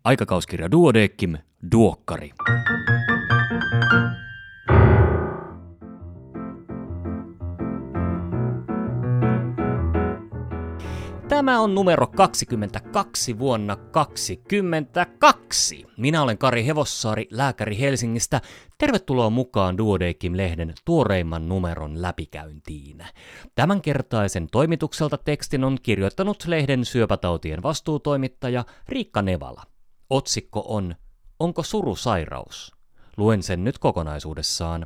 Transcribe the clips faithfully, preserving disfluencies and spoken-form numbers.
Aikakauskirja Duodeckim, Duokkari. Tämä on numero kaksikymmentäkaksi vuonna kaksikymmentäkaksi. Minä olen Kari Hevossaari, lääkäri Helsingistä. Tervetuloa mukaan Duodeckim-lehden tuoreimman numeron läpikäyntiin. Tämänkertaisen toimitukselta tekstin on kirjoittanut lehden syöpätautien vastuutoimittaja Riikka Nevala. Otsikko on Onko suru sairaus? Luen sen nyt kokonaisuudessaan.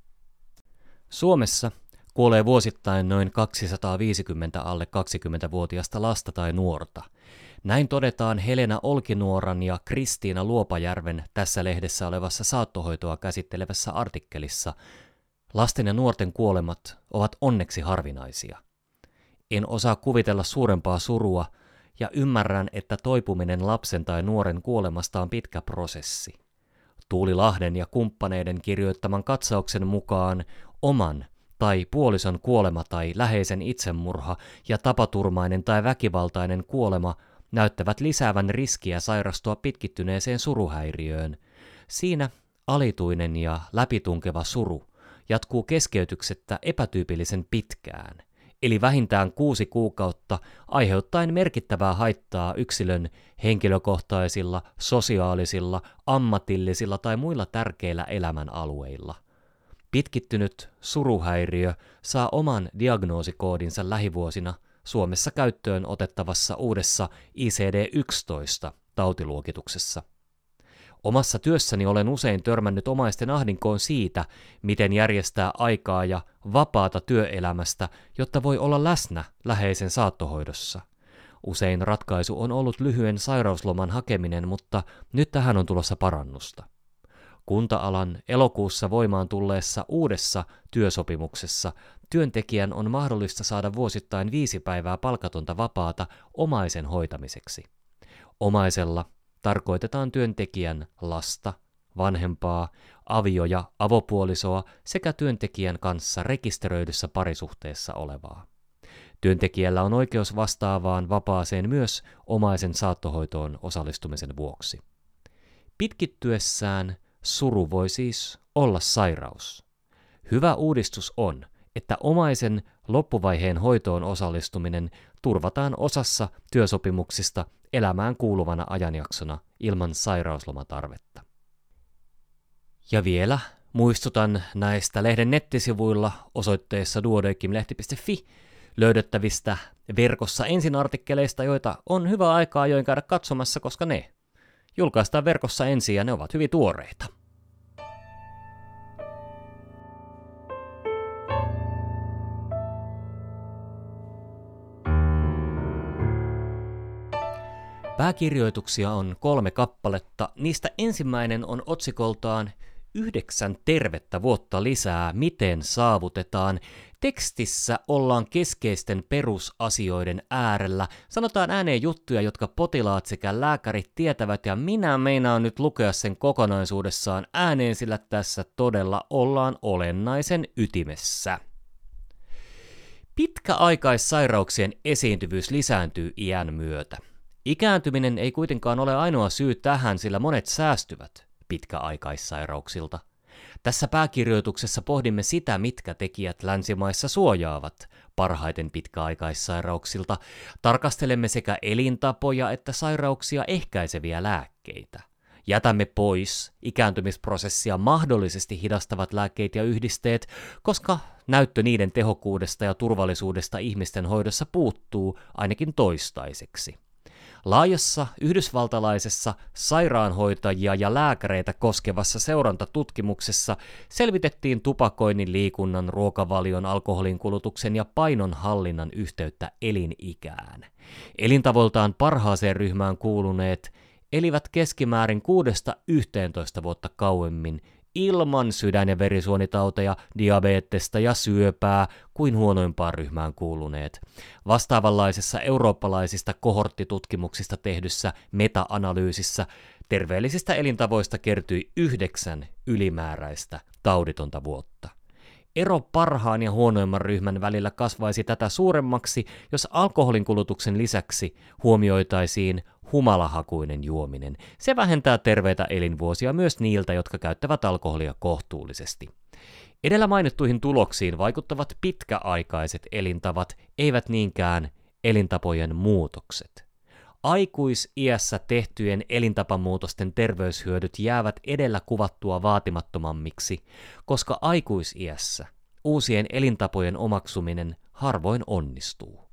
Suomessa kuolee vuosittain noin kaksisataaviisikymmentä alle kaksikymmentävuotiasta lasta tai nuorta. Näin todetaan Helena Olkinuoran ja Kristiina Luopajärven tässä lehdessä olevassa saattohoitoa käsittelevässä artikkelissa. Lasten ja nuorten kuolemat ovat onneksi harvinaisia. En osaa kuvitella suurempaa surua ja ymmärrän, että toipuminen lapsen tai nuoren kuolemasta on pitkä prosessi. Tuuli Lahden ja kumppaneiden kirjoittaman katsauksen mukaan oman tai puolison kuolema tai läheisen itsemurha ja tapaturmainen tai väkivaltainen kuolema näyttävät lisäävän riskiä sairastua pitkittyneeseen suruhäiriöön. Siinä alituinen ja läpitunkeva suru jatkuu keskeytyksettä epätyypillisen pitkään, eli vähintään kuusi kuukautta aiheuttaen merkittävää haittaa yksilön henkilökohtaisilla, sosiaalisilla, ammatillisilla tai muilla tärkeillä elämänalueilla. Pitkittynyt suruhäiriö saa oman diagnoosikoodinsa lähivuosina Suomessa käyttöön otettavassa uudessa I C D yksitoista tautiluokituksessa. Omassa työssäni olen usein törmännyt omaisten ahdinkoon siitä, miten järjestää aikaa ja vapaata työelämästä, jotta voi olla läsnä läheisen saattohoidossa. Usein ratkaisu on ollut lyhyen sairausloman hakeminen, mutta nyt tähän on tulossa parannusta. Kunta-alan elokuussa voimaan tulleessa uudessa työsopimuksessa työntekijän on mahdollista saada vuosittain viisi päivää palkatonta vapaata omaisen hoitamiseksi. Omaisella tarkoitetaan työntekijän lasta, vanhempaa, avio- ja avopuolisoa sekä työntekijän kanssa rekisteröidyssä parisuhteessa olevaa. Työntekijällä on oikeus vastaavaan vapaaseen myös omaisen saattohoitoon osallistumisen vuoksi. Pitkittyessään suru voi siis olla sairaus. Hyvä uudistus on, että omaisen loppuvaiheen hoitoon osallistuminen turvataan osassa työsopimuksista elämään kuuluvana ajanjaksona ilman sairauslomatarvetta. Ja vielä muistutan näistä lehden nettisivuilla osoitteessa duodeckimlehti piste fi löydettävistä verkossa ensin artikkeleista, joita on hyvä aikaa ajoin käydä katsomassa, koska ne julkaistaan verkossa ensin ja ne ovat hyvin tuoreita. Pääkirjoituksia on kolme kappaletta. Niistä ensimmäinen on otsikoltaan Yhdeksän tervettä vuotta lisää, miten saavutetaan. Tekstissä ollaan keskeisten perusasioiden äärellä. Sanotaan ääneen juttuja, jotka potilaat sekä lääkärit tietävät, ja minä meinaan nyt lukea sen kokonaisuudessaan ääneen, sillä tässä todella ollaan olennaisen ytimessä. Pitkäaikaissairauksien esiintyvyys lisääntyy iän myötä. Ikääntyminen ei kuitenkaan ole ainoa syy tähän, sillä monet säästyvät pitkäaikaissairauksilta. Tässä pääkirjoituksessa pohdimme sitä, mitkä tekijät länsimaissa suojaavat parhaiten pitkäaikaissairauksilta. Tarkastelemme sekä elintapoja että sairauksia ehkäiseviä lääkkeitä. Jätämme pois ikääntymisprosessia mahdollisesti hidastavat lääkkeet ja yhdisteet, koska näyttö niiden tehokkuudesta ja turvallisuudesta ihmisten hoidossa puuttuu ainakin toistaiseksi. Laajassa yhdysvaltalaisessa sairaanhoitajia ja lääkäreitä koskevassa seurantatutkimuksessa selvitettiin tupakoinnin, liikunnan, ruokavalion, alkoholin kulutuksen ja painonhallinnan yhteyttä elinikään. Elintavoiltaan parhaaseen ryhmään kuuluneet elivät keskimäärin kuudesta yhteentoista vuotta kauemmin ilman sydän- ja verisuonitauteja, diabetesta ja syöpää kuin huonoimpaan ryhmään kuuluneet. Vastaavanlaisessa eurooppalaisista kohorttitutkimuksista tehdyssä meta-analyysissä terveellisistä elintavoista kertyi yhdeksän ylimääräistä tauditonta vuotta. Ero parhaan ja huonoimman ryhmän välillä kasvaisi tätä suuremmaksi, jos alkoholin kulutuksen lisäksi huomioitaisiin humalahakuinen juominen. Se vähentää terveitä elinvuosia myös niiltä, jotka käyttävät alkoholia kohtuullisesti. Edellä mainittuihin tuloksiin vaikuttavat pitkäaikaiset elintavat, eivät niinkään elintapojen muutokset. Aikuisiässä tehtyjen elintapamuutosten terveyshyödyt jäävät edellä kuvattua vaatimattomammiksi, koska aikuisiässä uusien elintapojen omaksuminen harvoin onnistuu.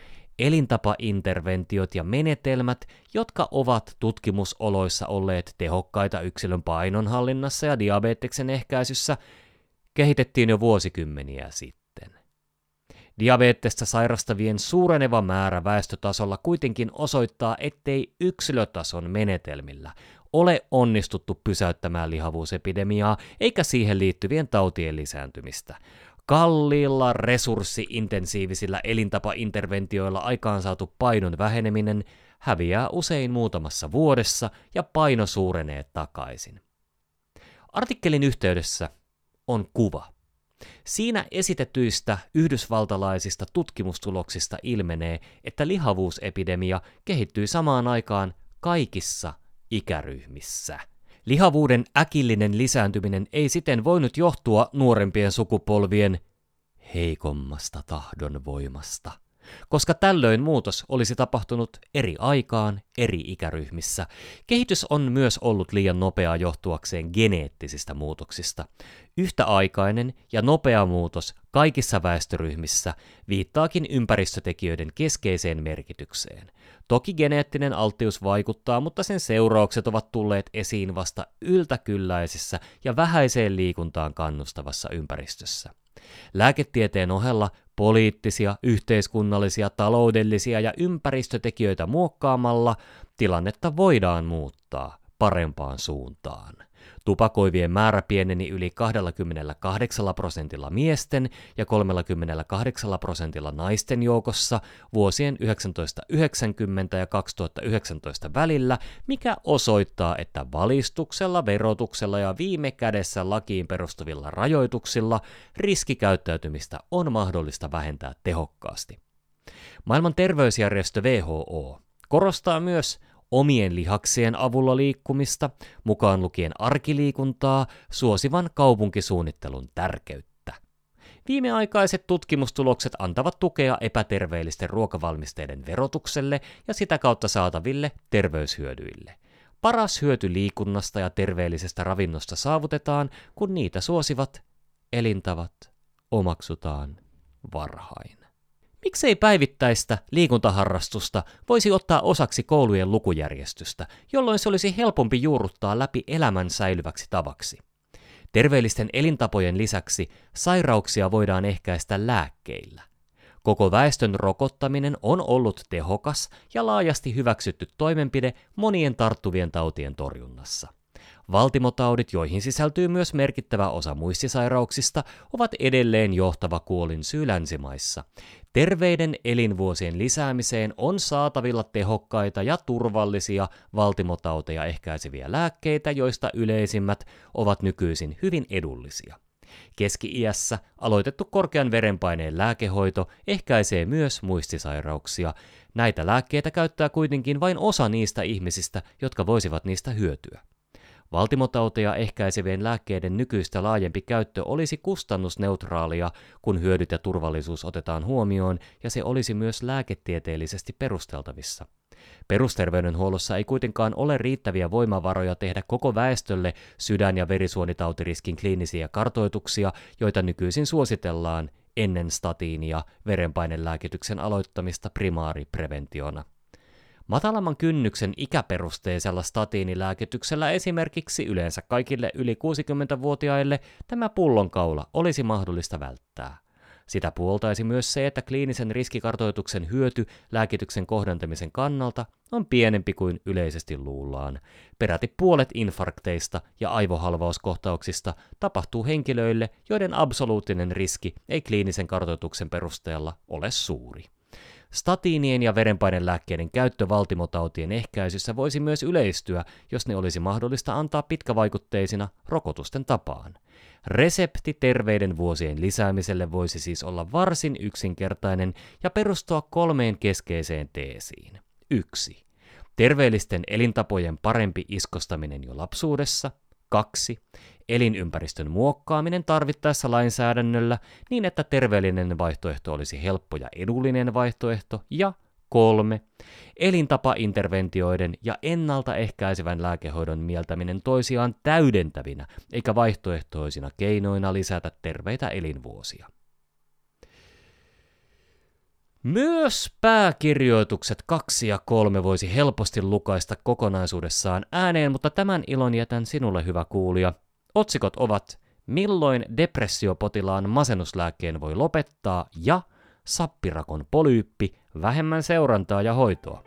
Elintapainterventiot ja menetelmät, jotka ovat tutkimusoloissa olleet tehokkaita yksilön painonhallinnassa ja diabeteksen ehkäisyssä, kehitettiin jo vuosikymmeniä sitten. Diabetesta sairastavien suureneva määrä väestötasolla kuitenkin osoittaa, ettei yksilötason menetelmillä ole onnistuttu pysäyttämään lihavuusepidemiaa eikä siihen liittyvien tautien lisääntymistä. Kalliilla, resurssi-intensiivisillä elintapainterventioilla aikaansaatu painon väheneminen häviää usein muutamassa vuodessa ja paino suurenee takaisin. Artikkelin yhteydessä on kuva. Siinä esitetyistä yhdysvaltalaisista tutkimustuloksista ilmenee, että lihavuusepidemia kehittyy samaan aikaan kaikissa ikäryhmissä. Lihavuuden äkillinen lisääntyminen ei siten voinut johtua nuorempien sukupolvien heikommasta tahdonvoimasta, koska tällöin muutos olisi tapahtunut eri aikaan eri ikäryhmissä. Kehitys on myös ollut liian nopeaa johtuakseen geneettisistä muutoksista. Yhtäaikainen ja nopea muutos kaikissa väestöryhmissä viittaakin ympäristötekijöiden keskeiseen merkitykseen. Toki geneettinen alttius vaikuttaa, mutta sen seuraukset ovat tulleet esiin vasta yltäkylläisessä ja vähäiseen liikuntaan kannustavassa ympäristössä. Lääketieteen ohella poliittisia, yhteiskunnallisia, taloudellisia ja ympäristötekijöitä muokkaamalla tilannetta voidaan muuttaa parempaan suuntaan. Tupakoivien määrä pieneni yli kaksikymmentäkahdeksan prosentilla miesten ja kolmekymmentäkahdeksan prosentilla naisten joukossa vuosien tuhatyhdeksänsataayhdeksänkymmentä ja kaksituhattayhdeksäntoista välillä, mikä osoittaa, että valistuksella, verotuksella ja viime kädessä lakiin perustuvilla rajoituksilla riskikäyttäytymistä on mahdollista vähentää tehokkaasti. Maailman terveysjärjestö W H O korostaa myös omien lihaksien avulla liikkumista, mukaan lukien arkiliikuntaa, suosivan kaupunkisuunnittelun tärkeyttä. Viimeaikaiset tutkimustulokset antavat tukea epäterveellisten ruokavalmisteiden verotukselle ja sitä kautta saataville terveyshyödyille. Paras hyöty liikunnasta ja terveellisestä ravinnosta saavutetaan, kun niitä suosivat elintavat omaksutaan varhain. Miksei päivittäistä liikuntaharrastusta voisi ottaa osaksi koulujen lukujärjestystä, jolloin se olisi helpompi juurruttaa läpi elämän säilyväksi tavaksi? Terveellisten elintapojen lisäksi sairauksia voidaan ehkäistä lääkkeillä. Koko väestön rokottaminen on ollut tehokas ja laajasti hyväksytty toimenpide monien tarttuvien tautien torjunnassa. Valtimotaudit, joihin sisältyy myös merkittävä osa muistisairauksista, ovat edelleen johtava kuolinsyy länsimaissa. Terveiden elinvuosien lisäämiseen on saatavilla tehokkaita ja turvallisia valtimotauteja ehkäiseviä lääkkeitä, joista yleisimmät ovat nykyisin hyvin edullisia. Keski-iässä aloitettu korkean verenpaineen lääkehoito ehkäisee myös muistisairauksia. Näitä lääkkeitä käyttää kuitenkin vain osa niistä ihmisistä, jotka voisivat niistä hyötyä. Valtimotauteja ehkäisevien lääkkeiden nykyistä laajempi käyttö olisi kustannusneutraalia, kun hyödyt ja turvallisuus otetaan huomioon, ja se olisi myös lääketieteellisesti perusteltavissa. Perusterveydenhuollossa ei kuitenkaan ole riittäviä voimavaroja tehdä koko väestölle sydän- ja verisuonitautiriskin kliinisiä kartoituksia, joita nykyisin suositellaan ennen statiini- ja verenpainelääkityksen aloittamista primaaripreventiona. Matalamman kynnyksen ikäperusteisella statiinilääkityksellä esimerkiksi yleensä kaikille yli kuusikymmentävuotiaille tämä pullonkaula olisi mahdollista välttää. Sitä puoltaisi myös se, että kliinisen riskikartoituksen hyöty lääkityksen kohdentamisen kannalta on pienempi kuin yleisesti luullaan. Peräti puolet infarkteista ja aivohalvauskohtauksista tapahtuu henkilöille, joiden absoluuttinen riski ei kliinisen kartoituksen perusteella ole suuri. Statiinien ja verenpainelääkkeiden käyttö valtimotautien ehkäisyssä voisi myös yleistyä, jos ne olisi mahdollista antaa pitkävaikutteisina rokotusten tapaan. Resepti terveiden vuosien lisäämiselle voisi siis olla varsin yksinkertainen ja perustua kolmeen keskeiseen teesiin. yksi. Terveellisten elintapojen parempi iskostaminen jo lapsuudessa. kaksi. Elinympäristön muokkaaminen tarvittaessa lainsäädännöllä niin, että terveellinen vaihtoehto olisi helppo ja edullinen vaihtoehto. Ja kolme. Elintapainterventioiden ja ennaltaehkäisevän lääkehoidon mieltäminen toisiaan täydentävinä eikä vaihtoehtoisina keinoina lisätä terveitä elinvuosia. Myös pääkirjoitukset kaksi ja kolme voisi helposti lukaista kokonaisuudessaan ääneen, mutta tämän ilon jätän sinulle, hyvä kuulija. Otsikot ovat Milloin depressiopotilaan masennuslääkkeen voi lopettaa ja Sappirakon polyyppi, vähemmän seurantaa ja hoitoa.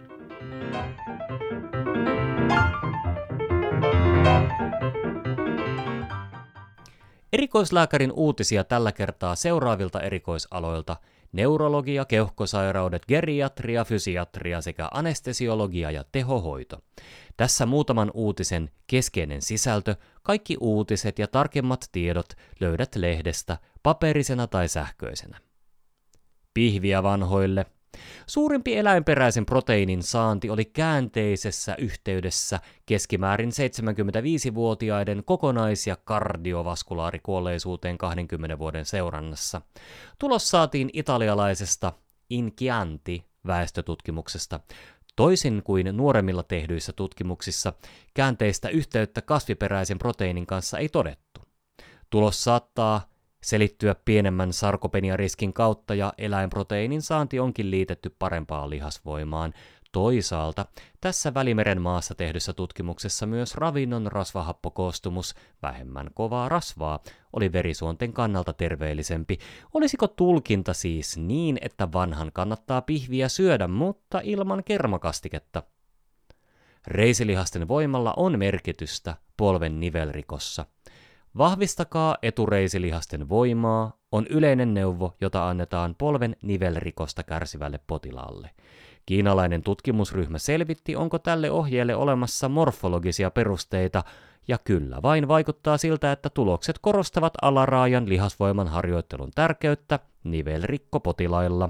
Erikoislääkärin uutisia tällä kertaa seuraavilta erikoisaloilta: neurologia, keuhkosairaudet, geriatria, fysiatria sekä anestesiologia ja tehohoito. Tässä muutaman uutisen keskeinen sisältö. Kaikki uutiset ja tarkemmat tiedot löydät lehdestä paperisena tai sähköisenä. Pihviä vanhoille. Suurimpi eläinperäisen proteiinin saanti oli käänteisessä yhteydessä keskimäärin seitsemänkymmentäviisivuotiaiden kokonais- ja kardiovaskulaarikuolleisuuteen kahdenkymmenen vuoden seurannassa. Tulos saatiin italialaisesta Inchianti-väestötutkimuksesta. Toisin kuin nuoremmilla tehdyissä tutkimuksissa, käänteistä yhteyttä kasviperäisen proteiinin kanssa ei todettu. Tulos saattaa selittyä pienemmän sarkopeniariskin kautta ja eläinproteiinin saanti onkin liitetty parempaan lihasvoimaan. Toisaalta tässä Välimeren maassa tehdyssä tutkimuksessa myös ravinnon rasvahappokoostumus, vähemmän kovaa rasvaa, oli verisuonten kannalta terveellisempi. Olisiko tulkinta siis niin, että vanhan kannattaa pihviä syödä, mutta ilman kermakastiketta? Reisilihasten voimalla on merkitystä polven nivelrikossa. Vahvistakaa etureisilihasten voimaa on yleinen neuvo, jota annetaan polven nivelrikosta kärsivälle potilaalle. Kiinalainen tutkimusryhmä selvitti, onko tälle ohjeelle olemassa morfologisia perusteita, ja kyllä vain vaikuttaa siltä, että tulokset korostavat alaraajan lihasvoiman harjoittelun tärkeyttä nivelrikkopotilailla.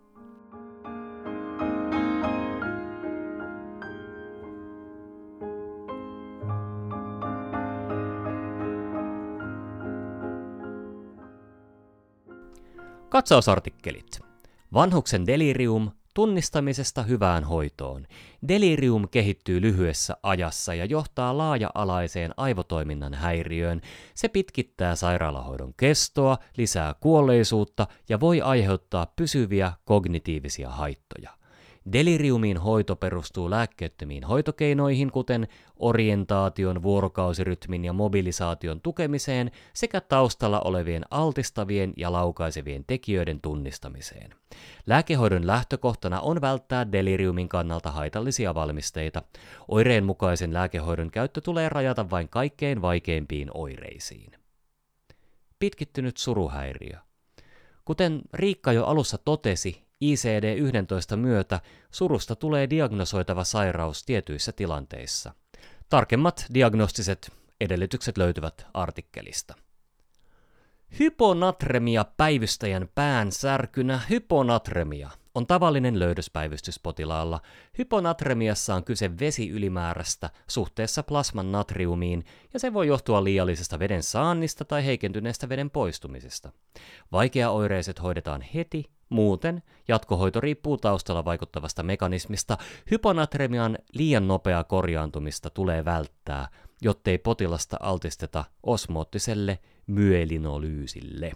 Katsausartikkelit. Vanhuksen delirium tunnistamisesta hyvään hoitoon. Delirium kehittyy lyhyessä ajassa ja johtaa laaja-alaiseen aivotoiminnan häiriöön. Se pitkittää sairaalahoidon kestoa, lisää kuolleisuutta ja voi aiheuttaa pysyviä kognitiivisia haittoja. Deliriumin hoito perustuu lääkkeettömiin hoitokeinoihin, kuten orientaation, vuorokausirytmin ja mobilisaation tukemiseen sekä taustalla olevien altistavien ja laukaisevien tekijöiden tunnistamiseen. Lääkehoidon lähtökohtana on välttää deliriumin kannalta haitallisia valmisteita. Oireen mukaisen lääkehoidon käyttö tulee rajata vain kaikkein vaikeimpiin oireisiin. Pitkittynyt suruhäiriö. Kuten Riikka jo alussa totesi, I C D yksitoista myötä surusta tulee diagnosoitava sairaus tietyissä tilanteissa. Tarkemmat diagnostiset edellytykset löytyvät artikkelista. Hyponatremia päivystäjän pään särkynä. Hyponatremia on tavallinen löydös päivystyspotilaalla. Hyponatremiassa on kyse vesiylimäärästä suhteessa plasman natriumiin, ja se voi johtua liiallisesta veden saannista tai heikentyneestä veden poistumisesta. Vaikeaoireiset hoidetaan heti, muuten jatkohoito riippuu taustalla vaikuttavasta mekanismista. Hyponatremian liian nopeaa korjaantumista tulee välttää, jottei potilasta altisteta osmoottiselle myelinolyysille.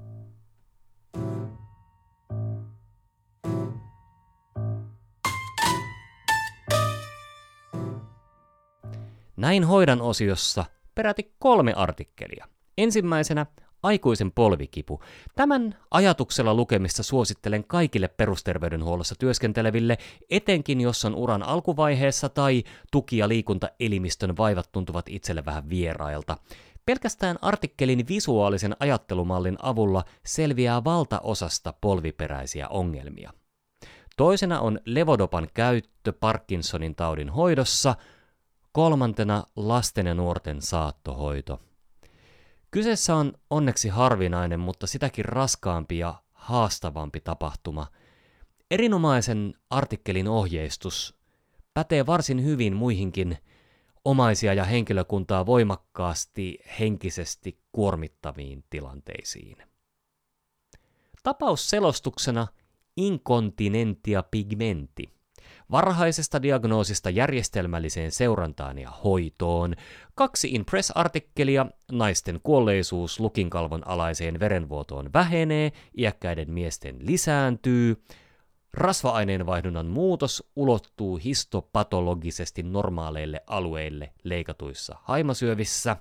Näin hoidan osiossa peräti kolme artikkelia. Ensimmäisenä aikuisen polvikipu. Tämän ajatuksella lukemista suosittelen kaikille perusterveydenhuollossa työskenteleville, etenkin jos on uran alkuvaiheessa tai tuki- ja liikuntaelimistön vaivat tuntuvat itselle vähän vierailta. Pelkästään artikkelin visuaalisen ajattelumallin avulla selviää valtaosasta polviperäisiä ongelmia. Toisena on levodopan käyttö Parkinsonin taudin hoidossa. Kolmantena lasten ja nuorten saattohoito. Kyseessä on onneksi harvinainen, mutta sitäkin raskaampi ja haastavampi tapahtuma. Erinomaisen artikkelin ohjeistus pätee varsin hyvin muihinkin omaisia ja henkilökuntaa voimakkaasti henkisesti kuormittaviin tilanteisiin. Tapausselostuksena inkontinentia pigmenti. Varhaisesta diagnoosista järjestelmälliseen seurantaan ja hoitoon, kaksi Impress-artikkelia, naisten kuolleisuus lukinkalvon alaiseen verenvuotoon vähenee, iäkkäiden miesten lisääntyy, rasva-aineenvaihdunnan muutos ulottuu histopatologisesti normaaleille alueille leikatuissa haimasyövissä.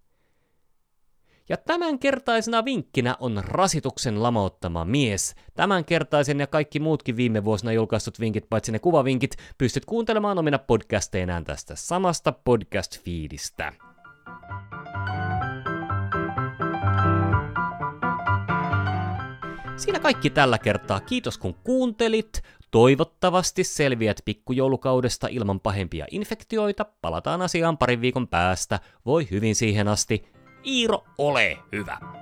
Ja tämänkertaisena vinkkinä on Rasituksen lamauttama mies. Tämänkertaisen ja kaikki muutkin viime vuosina julkaistut vinkit, paitsi ne kuvavinkit, pystyt kuuntelemaan omina podcasteinaan tästä samasta podcast-fiidistä. Siinä kaikki tällä kertaa. Kiitos kun kuuntelit. Toivottavasti selviät pikkujoulukaudesta ilman pahempia infektioita. Palataan asiaan parin viikon päästä. Voi hyvin siihen asti. Iiro, ole hyvä!